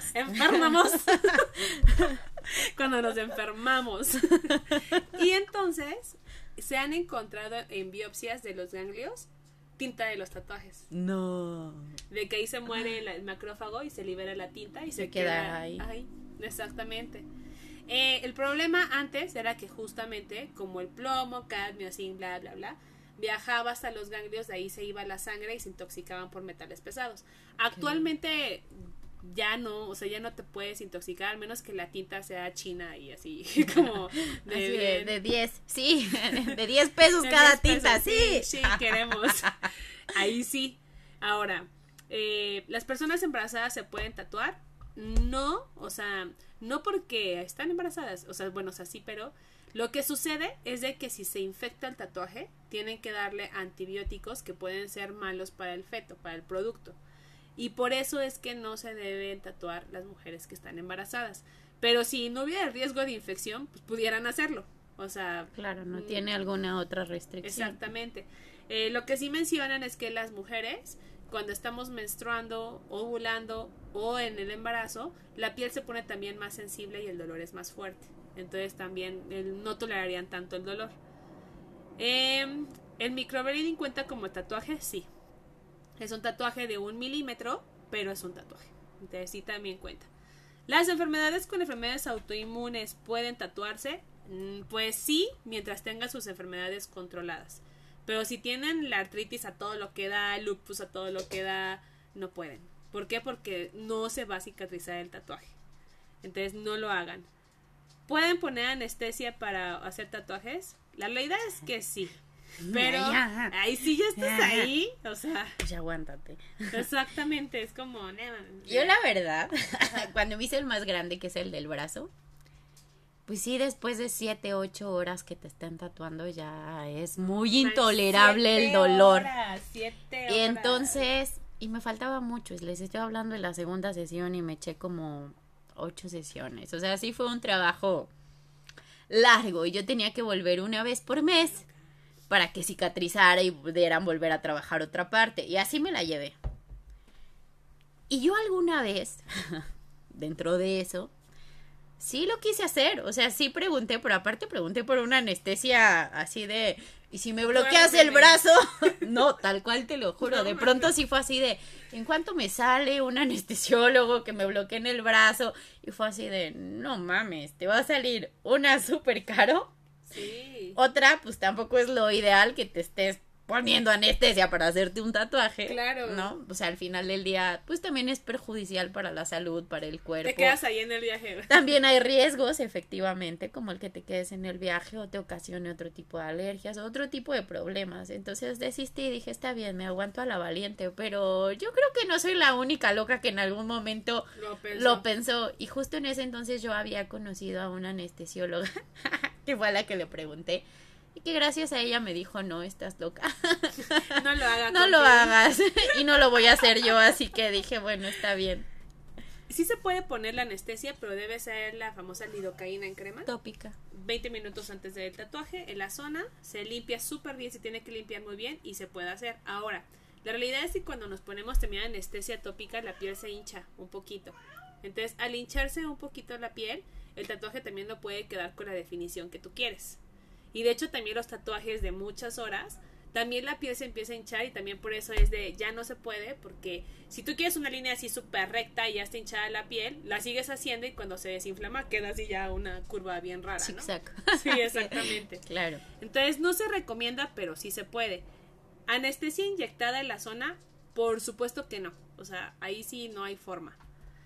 Cuando nos enfermamos. Y entonces se han encontrado en biopsias de los ganglios tinta de los tatuajes. No. De que ahí se muere el macrófago y se libera la tinta y se queda ahí. Exactamente. El problema antes era que justamente como el plomo, cadmio, zinc, bla, bla, bla, viajaba hasta los ganglios, de ahí se iba la sangre y se intoxicaban por metales pesados. Actualmente ya no, o sea, ya no te puedes intoxicar, al menos que la tinta sea china y así, como de 10, sí, de 10 pesos de cada 10 tinta, pesos, sí, queremos. Ahí sí. Ahora, ¿las personas embarazadas se pueden tatuar? No, o sea, no porque están embarazadas, o sea, bueno, o sea, sí, pero lo que sucede es de que si se infecta el tatuaje, tienen que darle antibióticos que pueden ser malos para el feto, para el producto. Y por eso es que no se deben tatuar las mujeres que están embarazadas. Pero si no hubiera el riesgo de infección, pues pudieran hacerlo. O sea, claro, no tiene alguna otra restricción. Exactamente. Lo que sí mencionan es que las mujeres, cuando estamos menstruando, ovulando o en el embarazo, la piel se pone también más sensible y el dolor es más fuerte. Entonces también no tolerarían tanto el dolor. ¿El microblading cuenta como tatuaje? Sí. Es un tatuaje de 1 milímetro, pero es un tatuaje. Entonces sí también cuenta. ¿Las enfermedades con enfermedades autoinmunes pueden tatuarse? Pues sí, mientras tengan sus enfermedades controladas. Pero si tienen la artritis a todo lo que da, el lupus a todo lo que da, no pueden. ¿Por qué? Porque no se va a cicatrizar el tatuaje. Entonces no lo hagan. ¿Pueden poner anestesia para hacer tatuajes? La realidad es que sí. Pero ahí sí ya estás ahí, o sea, pues aguántate. Exactamente, es como yo la verdad, cuando me hice el más grande, que es el del brazo, pues sí, después de 7, 8 horas que te estén tatuando ya es muy intolerable el dolor. 7 horas. Y entonces, y me faltaba mucho, les estoy hablando de la segunda sesión y me eché como 8 sesiones. O sea, sí fue un trabajo largo y yo tenía que volver una vez por mes para que cicatrizara y pudieran volver a trabajar otra parte. Y así me la llevé. Y yo alguna vez, dentro de eso, sí lo quise hacer, o sea, sí pregunté, pero aparte pregunté por una anestesia así de, ¿y si me bloqueas el brazo? No, tal cual te lo juro, de pronto sí fue así de, ¿en cuánto me sale un anestesiólogo que me bloquee en el brazo? Y fue así de, no mames, te va a salir una súper caro. Sí. Otra, pues tampoco es lo ideal que te estés poniendo anestesia para hacerte un tatuaje. Claro. ¿No? O sea, al final del día, pues también es perjudicial para la salud, para el cuerpo. Te quedas ahí en el viaje. También hay riesgos, efectivamente, como el que te quedes en el viaje o te ocasione otro tipo de alergias, otro tipo de problemas. Entonces desistí y dije, está bien, me aguanto a la valiente, pero yo creo que no soy la única loca que en algún momento lo pensó. Y justo en ese entonces yo había conocido a una anestesióloga, que fue a la que le pregunté, y que gracias a ella me dijo, no, estás loca. No lo hagas. No lo hagas. Y no lo voy a hacer yo, así que dije, bueno, está bien. Sí se puede poner la anestesia, pero debe ser la famosa lidocaína en crema. Tópica. 20 minutos antes del tatuaje, en la zona, se limpia súper bien, se tiene que limpiar muy bien y se puede hacer. Ahora, la realidad es que cuando nos ponemos también anestesia tópica, la piel se hincha un poquito. Entonces, al hincharse un poquito la piel, el tatuaje también no puede quedar con la definición que tú quieres. Y de hecho también los tatuajes de muchas horas, también la piel se empieza a hinchar y también por eso es de ya no se puede, porque si tú quieres una línea así súper recta y ya está hinchada la piel, la sigues haciendo y cuando se desinflama queda así ya una curva bien rara, ¿no? Zigzag. Sí, exactamente. Claro. Entonces no se recomienda, pero sí se puede. Anestesia inyectada en la zona, por supuesto que no. O sea, ahí sí no hay forma.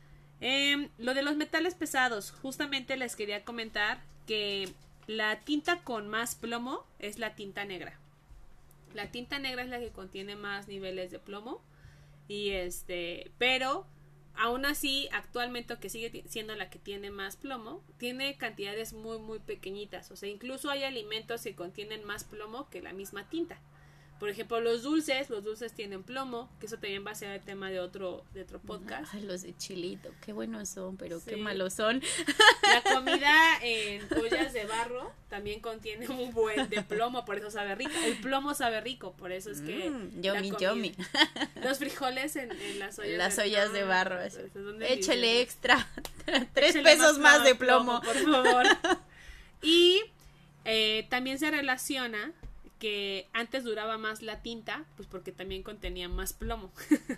Lo de los metales pesados, justamente les quería comentar que la tinta con más plomo es la tinta negra. La tinta negra es la que contiene más niveles de plomo. Y pero aún así, actualmente, que sigue siendo la que tiene más plomo, tiene cantidades muy, muy pequeñitas. O sea, incluso hay alimentos que contienen más plomo que la misma tinta. Por ejemplo, los dulces tienen plomo, que eso también va a ser el tema de otro podcast. Ay, los de chilito, qué buenos son, pero sí, qué malos son. La comida en ollas de barro también contiene un buen de plomo, por eso sabe rico. El plomo sabe rico, por eso es que yummy. Los frijoles en las ollas de barro. Échele dices, extra 3 pesos más de plomo, por favor. Y también se relaciona que antes duraba más la tinta, pues porque también contenía más plomo.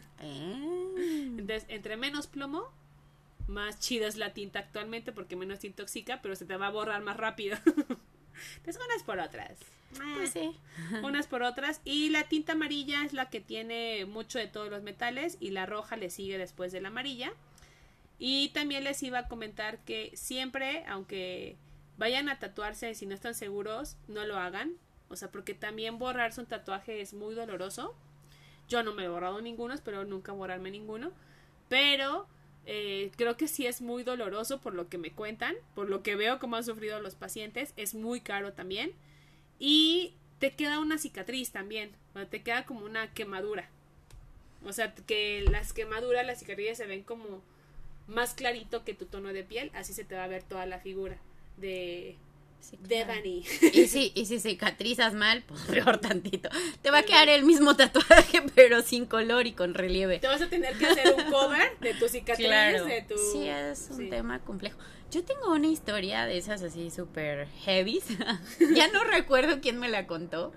Entonces, entre menos plomo, más chida es la tinta actualmente, porque menos te intoxica, pero se te va a borrar más rápido. Entonces, unas por otras. Pues sí. Unas por otras. Y la tinta amarilla es la que tiene mucho de todos los metales, y la roja le sigue después de la amarilla. Y también les iba a comentar que siempre, aunque vayan a tatuarse, si no están seguros, no lo hagan. O sea, porque también borrarse un tatuaje es muy doloroso. Yo no me he borrado ninguno, espero nunca borrarme ninguno. Pero creo que sí es muy doloroso por lo que me cuentan, por lo que veo cómo han sufrido los pacientes. Es muy caro también. Y te queda una cicatriz también. O sea, te queda como una quemadura. O sea, que las quemaduras, las cicatrices se ven como más clarito que tu tono de piel. Así se te va a ver toda la figura de Dani. Y si cicatrizas mal, pues peor tantito. Te va a quedar el mismo tatuaje, pero sin color y con relieve. Te vas a tener que hacer un cover de tu cicatriz. Claro. De tu... Sí, es un tema complejo. Yo tengo una historia de esas así súper heavy. Ya no recuerdo quién me la contó.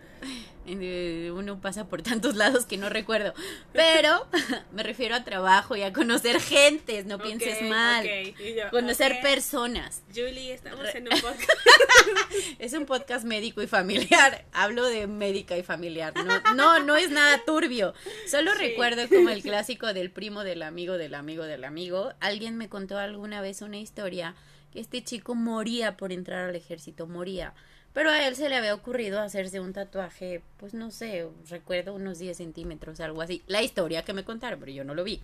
Uno pasa por tantos lados que no recuerdo. Pero me refiero a trabajo y a conocer gentes. No pienses mal. Conocer personas. Julie, estamos en un podcast. Es un podcast médico y familiar. Hablo de médica y familiar. No es nada turbio. Solo recuerdo como el clásico del primo del amigo del amigo del amigo. Alguien me contó alguna vez una historia que este chico moría por entrar al ejército, moría. Pero a él se le había ocurrido hacerse un tatuaje, pues no sé, recuerdo unos 10 centímetros, algo así. La historia que me contaron, pero yo no lo vi.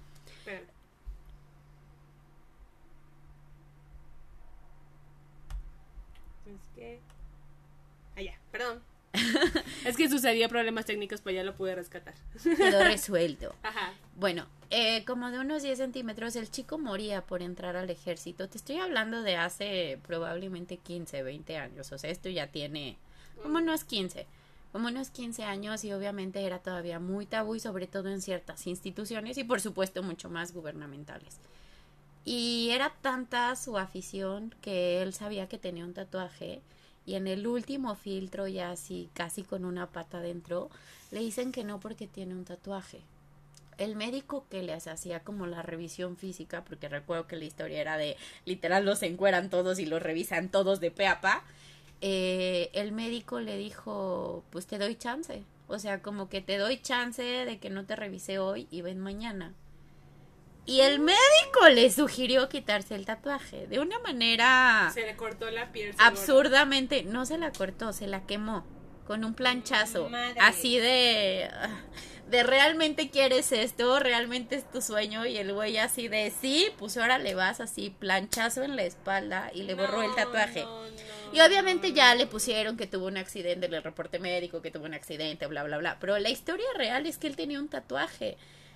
Es que... ya, perdón. Es que sucedió problemas técnicos, pues ya lo pude rescatar. Quedó resuelto. Ajá. Bueno, como de unos 10 centímetros, el chico moría por entrar al ejército. Te estoy hablando de hace probablemente 15, 20 años. O sea, esto ya tiene como unos 15 años, y obviamente era todavía muy tabú, y sobre todo en ciertas instituciones y por supuesto mucho más gubernamentales. Y era tanta su afición que él sabía que tenía un tatuaje, y en el último filtro, ya así casi con una pata adentro, le dicen que no porque tiene un tatuaje. El médico que les hacía como la revisión física, porque recuerdo que la historia era de literal los encueran todos y los revisan todos de pe a pa, el médico le dijo, pues te doy chance, o sea, como que te doy chance de que no te revise hoy y ven mañana. Y el médico le sugirió quitarse el tatuaje de una manera... Se le cortó la piel. Absurdamente, no se la cortó, se la quemó con un planchazo. Madre. Así de realmente quieres esto, realmente es tu sueño. Y el güey así de sí, pues ahora le vas así, planchazo en la espalda, y le borró el tatuaje. Y obviamente ya le pusieron que tuvo un accidente en el reporte médico, que tuvo un accidente, bla, bla, bla. Pero la historia real es que él tenía un tatuaje.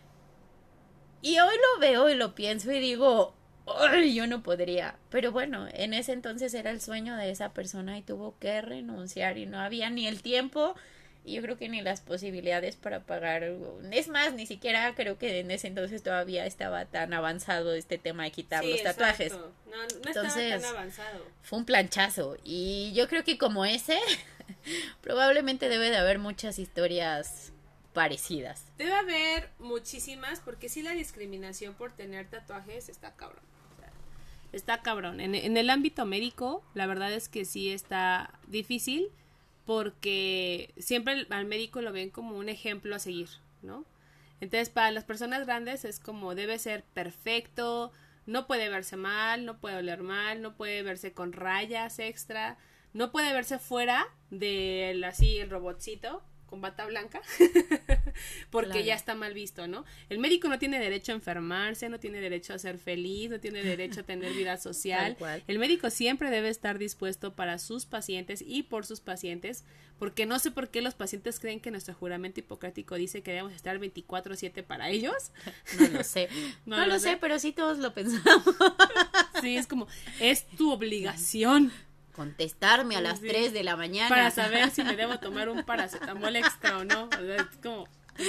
Y hoy lo veo y lo pienso y digo, ¡ay, yo no podría! Pero bueno, en ese entonces era el sueño de esa persona y tuvo que renunciar, y no había ni el tiempo, y yo creo que ni las posibilidades para pagar. Es más, ni siquiera creo que en ese entonces todavía estaba tan avanzado este tema de quitar los tatuajes. No Entonces, estaba tan avanzado. Fue un planchazo, y yo creo que como ese, probablemente debe de haber muchas historias parecidas. Debe haber muchísimas, porque sí, la discriminación por tener tatuajes está cabrón. O sea, está cabrón. En el ámbito médico, la verdad es que sí está difícil, porque siempre al médico lo ven como un ejemplo a seguir, ¿no? Entonces, para las personas grandes es como debe ser perfecto, no puede verse mal, no puede oler mal, no puede verse con rayas extra, no puede verse fuera del así el robotcito con bata blanca, porque claro, ya está mal visto, ¿no? El médico no tiene derecho a enfermarse, no tiene derecho a ser feliz, no tiene derecho a tener vida social. El médico siempre debe estar dispuesto para sus pacientes y por sus pacientes, porque no sé por qué los pacientes creen que nuestro juramento hipocrático dice que debemos estar 24/7 para ellos. No lo sé. No lo sé, pero sí todos lo pensamos. Sí, es como, es tu obligación contestarme a las 3 de la mañana para saber si me debo tomar un paracetamol extra o no. O sea, es como...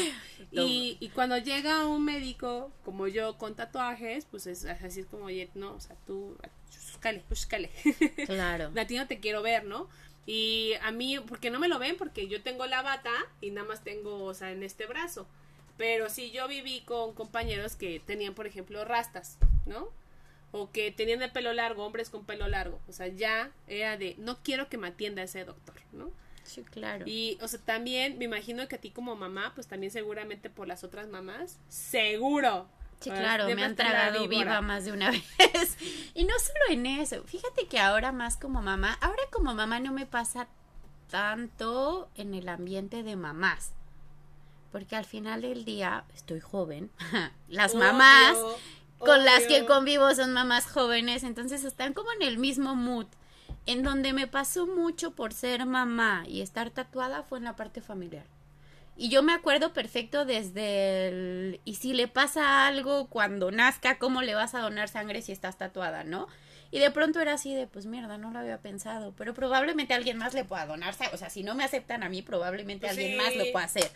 Y cuando llega un médico como yo con tatuajes, pues es así como, oye, no, o sea, tú, búscale. Claro. A ti no te quiero ver, ¿no? Y a mí, porque no me lo ven, porque yo tengo la bata y nada más tengo, o sea, en este brazo. Pero sí, yo viví con compañeros que tenían, por ejemplo, rastas, ¿no? O que tenían el pelo largo, hombres con pelo largo. O sea, ya era de, no quiero que me atienda ese doctor, ¿no? Sí, claro. Y, o sea, también me imagino que a ti como mamá, pues también seguramente por las otras mamás, seguro. Sí, claro, me han tragado viva más de una vez. Y no solo en eso, fíjate que ahora como mamá no me pasa tanto en el ambiente de mamás. Porque al final del día, estoy joven, las mamás con las que convivo son mamás jóvenes, entonces están como en el mismo mood. En donde me pasó mucho por ser mamá y estar tatuada fue en la parte familiar. Y yo me acuerdo perfecto desde y si le pasa algo cuando nazca, ¿cómo le vas a donar sangre si estás tatuada, no? Y de pronto era así de, pues mierda, no lo había pensado, pero probablemente alguien más le pueda donar sangre. O sea, si no me aceptan a mí, probablemente alguien más lo pueda hacer.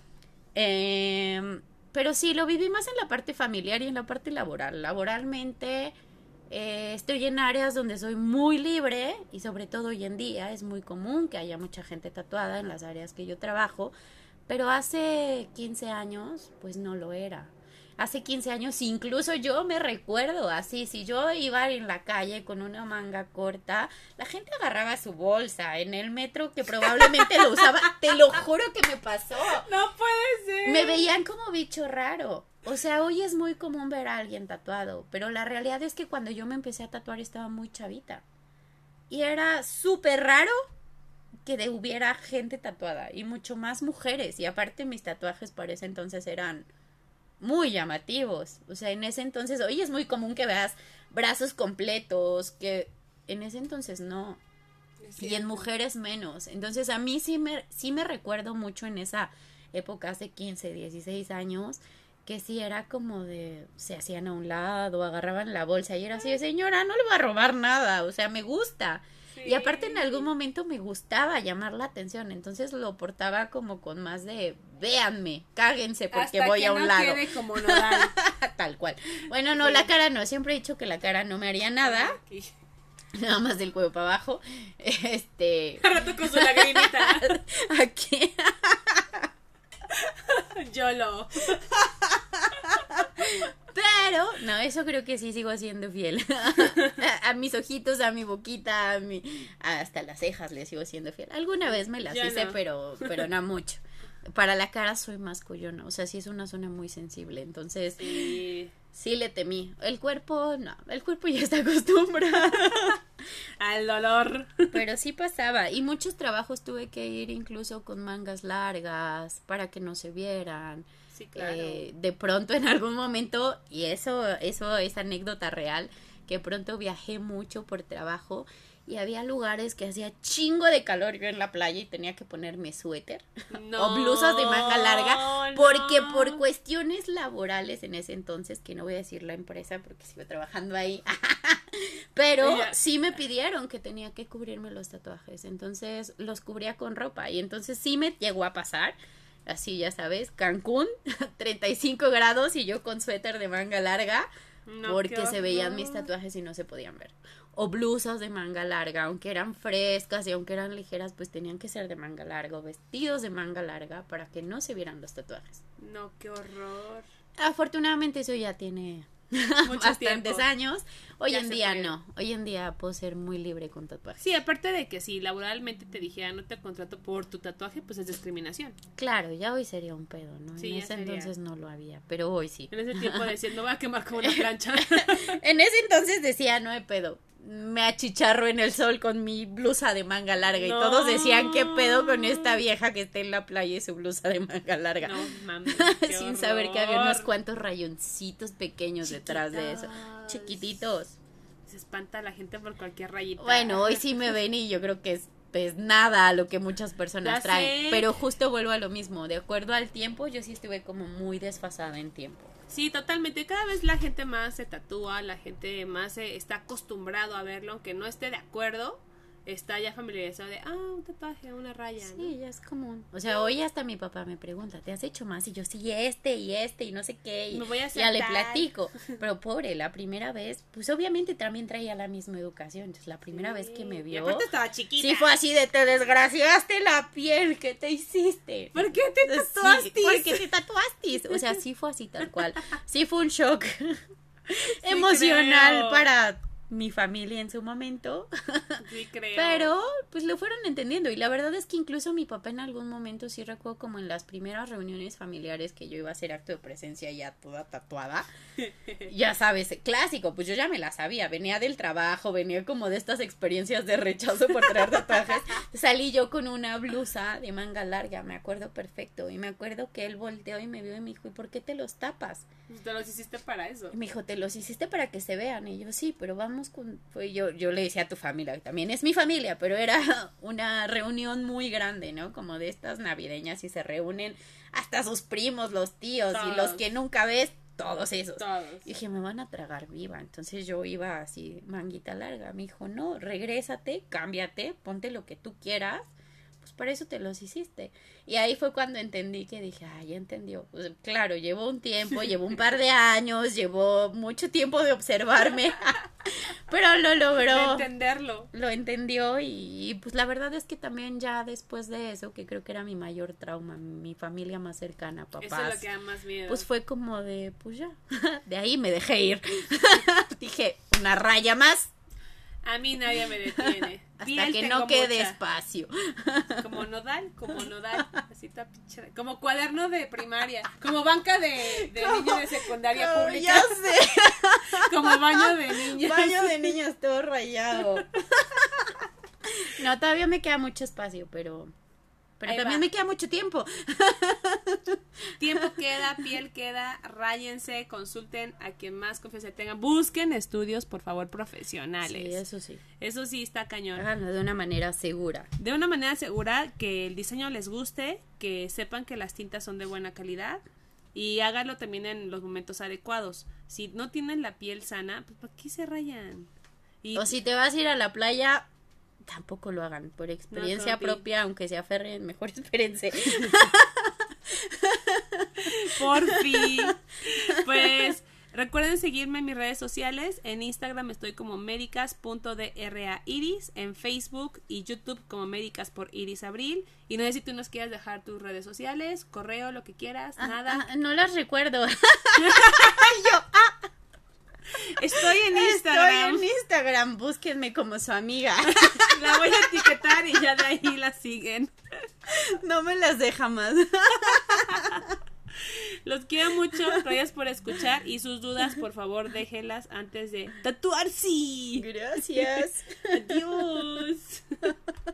Pero sí, lo viví más en la parte familiar y en la parte laboral. Laboralmente estoy en áreas donde soy muy libre y sobre todo hoy en día es muy común que haya mucha gente tatuada en las áreas que yo trabajo, pero hace 15 años pues no lo era. Hace 15 años incluso yo me recuerdo así, si yo iba en la calle con una manga corta, la gente agarraba su bolsa en el metro que probablemente lo usaba, te lo juro que me pasó. No puede ser. Me veían como bicho raro. O sea, hoy es muy común ver a alguien tatuado, pero la realidad es que cuando yo me empecé a tatuar estaba muy chavita. Y era súper raro que hubiera gente tatuada y mucho más mujeres. Y aparte mis tatuajes para ese entonces eran muy llamativos. O sea, en ese entonces, hoy es muy común que veas brazos completos, que en ese entonces no. y en mujeres menos. Entonces a mí sí me recuerdo mucho en esa época, hace 15, 16 años, que sí era como de, se hacían a un lado, agarraban la bolsa y era así de, señora, no le va a robar nada, o sea, me gusta. Sí. Y aparte en algún momento me gustaba llamar la atención, entonces lo portaba como con más de, véanme, cáguense porque voy a un lado. Hasta que no quede como Nodal. Tal cual. Bueno, no, sí. La cara no, siempre he dicho que la cara no me haría nada. Aquí. Nada más del cuello para abajo. Al rato con su lagrimita. Aquí. YOLO. Pero, no, eso creo que sí sigo siendo fiel. A mis ojitos, a mi boquita, hasta las cejas le sigo siendo fiel. Alguna vez me las hice, no. pero no mucho. Para la cara soy más collona, o sea, sí es una zona muy sensible, entonces sí le temí. El cuerpo, no, el cuerpo ya está acostumbrado al dolor. Pero sí pasaba, y muchos trabajos tuve que ir incluso con mangas largas para que no se vieran. Sí, claro. De pronto en algún momento, y eso es anécdota real, que pronto viajé mucho por trabajo y había lugares que hacía chingo de calor yo en la playa y tenía que ponerme suéter o blusas de manga larga porque por cuestiones laborales en ese entonces, que no voy a decir la empresa porque sigo trabajando ahí, pero sí me pidieron que tenía que cubrirme los tatuajes, entonces los cubría con ropa y entonces sí me llegó a pasar. Así, ya sabes, Cancún, 35 grados y yo con suéter de manga larga, porque se veían mis tatuajes y no se podían ver. O blusas de manga larga, aunque eran frescas y aunque eran ligeras, pues tenían que ser de manga larga, o vestidos de manga larga para que no se vieran los tatuajes. No, qué horror. Afortunadamente eso ya tiene bastantes años. Hoy en día no, hoy en día puedo ser muy libre con tatuajes. Sí, aparte de que si laboralmente te dijera no te contrato por tu tatuaje, pues es discriminación. Claro, ya hoy sería un pedo, ¿no? Sí, en ese entonces no lo había, pero hoy sí. En ese tiempo decía, no va a quemar como una plancha. En ese entonces decía, no hay pedo, me achicharro en el sol con mi blusa de manga larga y todos decían, ¿qué pedo con esta vieja que está en la playa y su blusa de manga larga? No, mami, sin saber que había unos cuantos rayoncitos pequeños detrás de eso, chiquititos. Se espanta a la gente por cualquier rayita. Bueno, hoy sí me ven y yo creo que es pues nada a lo que muchas personas traen, pero justo vuelvo a lo mismo, de acuerdo al tiempo, yo sí estuve como muy desfasada en tiempo. Sí, totalmente. Cada vez la gente más se tatúa, la gente más está acostumbrado a verlo, aunque no esté de acuerdo, está ya familiarizado de, un tatuaje, una raya, sí, ¿no? Ya es común. O sea, hoy hasta mi papá me pregunta, ¿te has hecho más? Y yo, sí, y no sé qué, y me voy a ya le platico. Pero pobre, la primera vez, pues obviamente también traía la misma educación, entonces la primera vez que me vio, y aparte estaba chiquita. Sí, fue así de, te desgraciaste la piel, ¿qué te hiciste? ¿Por qué te tatuaste? Sí, ¿por qué te tatuaste? O sea, sí fue así tal cual. Sí fue un shock emocional creo. Para mi familia en su momento. Sí, creo. Pero pues lo fueron entendiendo y la verdad es que incluso mi papá en algún momento sí recuerdo como en las primeras reuniones familiares que yo iba a hacer acto de presencia ya toda tatuada. Ya sabes, clásico, pues yo ya me la sabía, venía del trabajo, venía como de estas experiencias de rechazo por traer tatuajes. Salí yo con una blusa de manga larga, me acuerdo perfecto, y me acuerdo que él volteó y me vio y me dijo, ¿y por qué te los tapas? Te los hiciste para eso. Y me dijo, te los hiciste para que se vean. Y yo, sí, pero vamos con... Yo le decía a tu familia, que también es mi familia, pero era una reunión muy grande, ¿no? Como de estas navideñas y se reúnen hasta sus primos, los tíos, todos. Y los que nunca ves, todos esos. Todos. Y dije, me van a tragar viva. Entonces yo iba así, manguita larga. Me dijo, no, regrésate, cámbiate, ponte lo que tú quieras. Pues para eso te los hiciste. Y ahí fue cuando entendí que dije, ya entendió. Pues, claro, llevó un tiempo, llevó un par de años, llevó mucho tiempo de observarme, pero lo logró. De entenderlo. Lo entendió y pues la verdad es que también ya después de eso, que creo que era mi mayor trauma, mi familia más cercana, papás. Eso es lo que da más miedo. Pues fue como de, pues ya, de ahí me dejé ir. Dije, una raya más. A mí nadie me detiene. Hasta que no quede espacio. Como nodal, así está pinche. Como cuaderno de primaria, como banca de niño de secundaria pública. Ya sé. Como baño de niños. Baño de niños todo rayado. No, todavía me queda mucho espacio, pero Pero Ahí también va. me queda mucho tiempo. Tiempo queda, piel queda, ráyense, consulten a quien más confianza tengan, busquen estudios, por favor, profesionales. Sí, eso sí. Eso sí está cañón. Háganlo de una manera segura. De una manera segura, que el diseño les guste, que sepan que las tintas son de buena calidad y háganlo también en los momentos adecuados. Si no tienen la piel sana, pues ¿para qué se rayan? Y O si te vas a ir a la playa, tampoco lo hagan. Por experiencia Conti. propia, aunque se aferren, mejor espérense. por fin. Pues recuerden seguirme en mis redes sociales. En Instagram estoy como medicas.drairis, en Facebook y YouTube como Médicas por Iris Abril. Y no sé si tú nos quieras dejar tus redes sociales, correo, lo que quieras, nada. No las recuerdo. Estoy en Instagram. Estoy en Instagram, búsquenme como su amiga. La voy a etiquetar y ya de ahí la siguen. No me las deja más. Los quiero mucho, gracias por escuchar y sus dudas, por favor, déjenlas antes de tatuarse. Gracias. Adiós.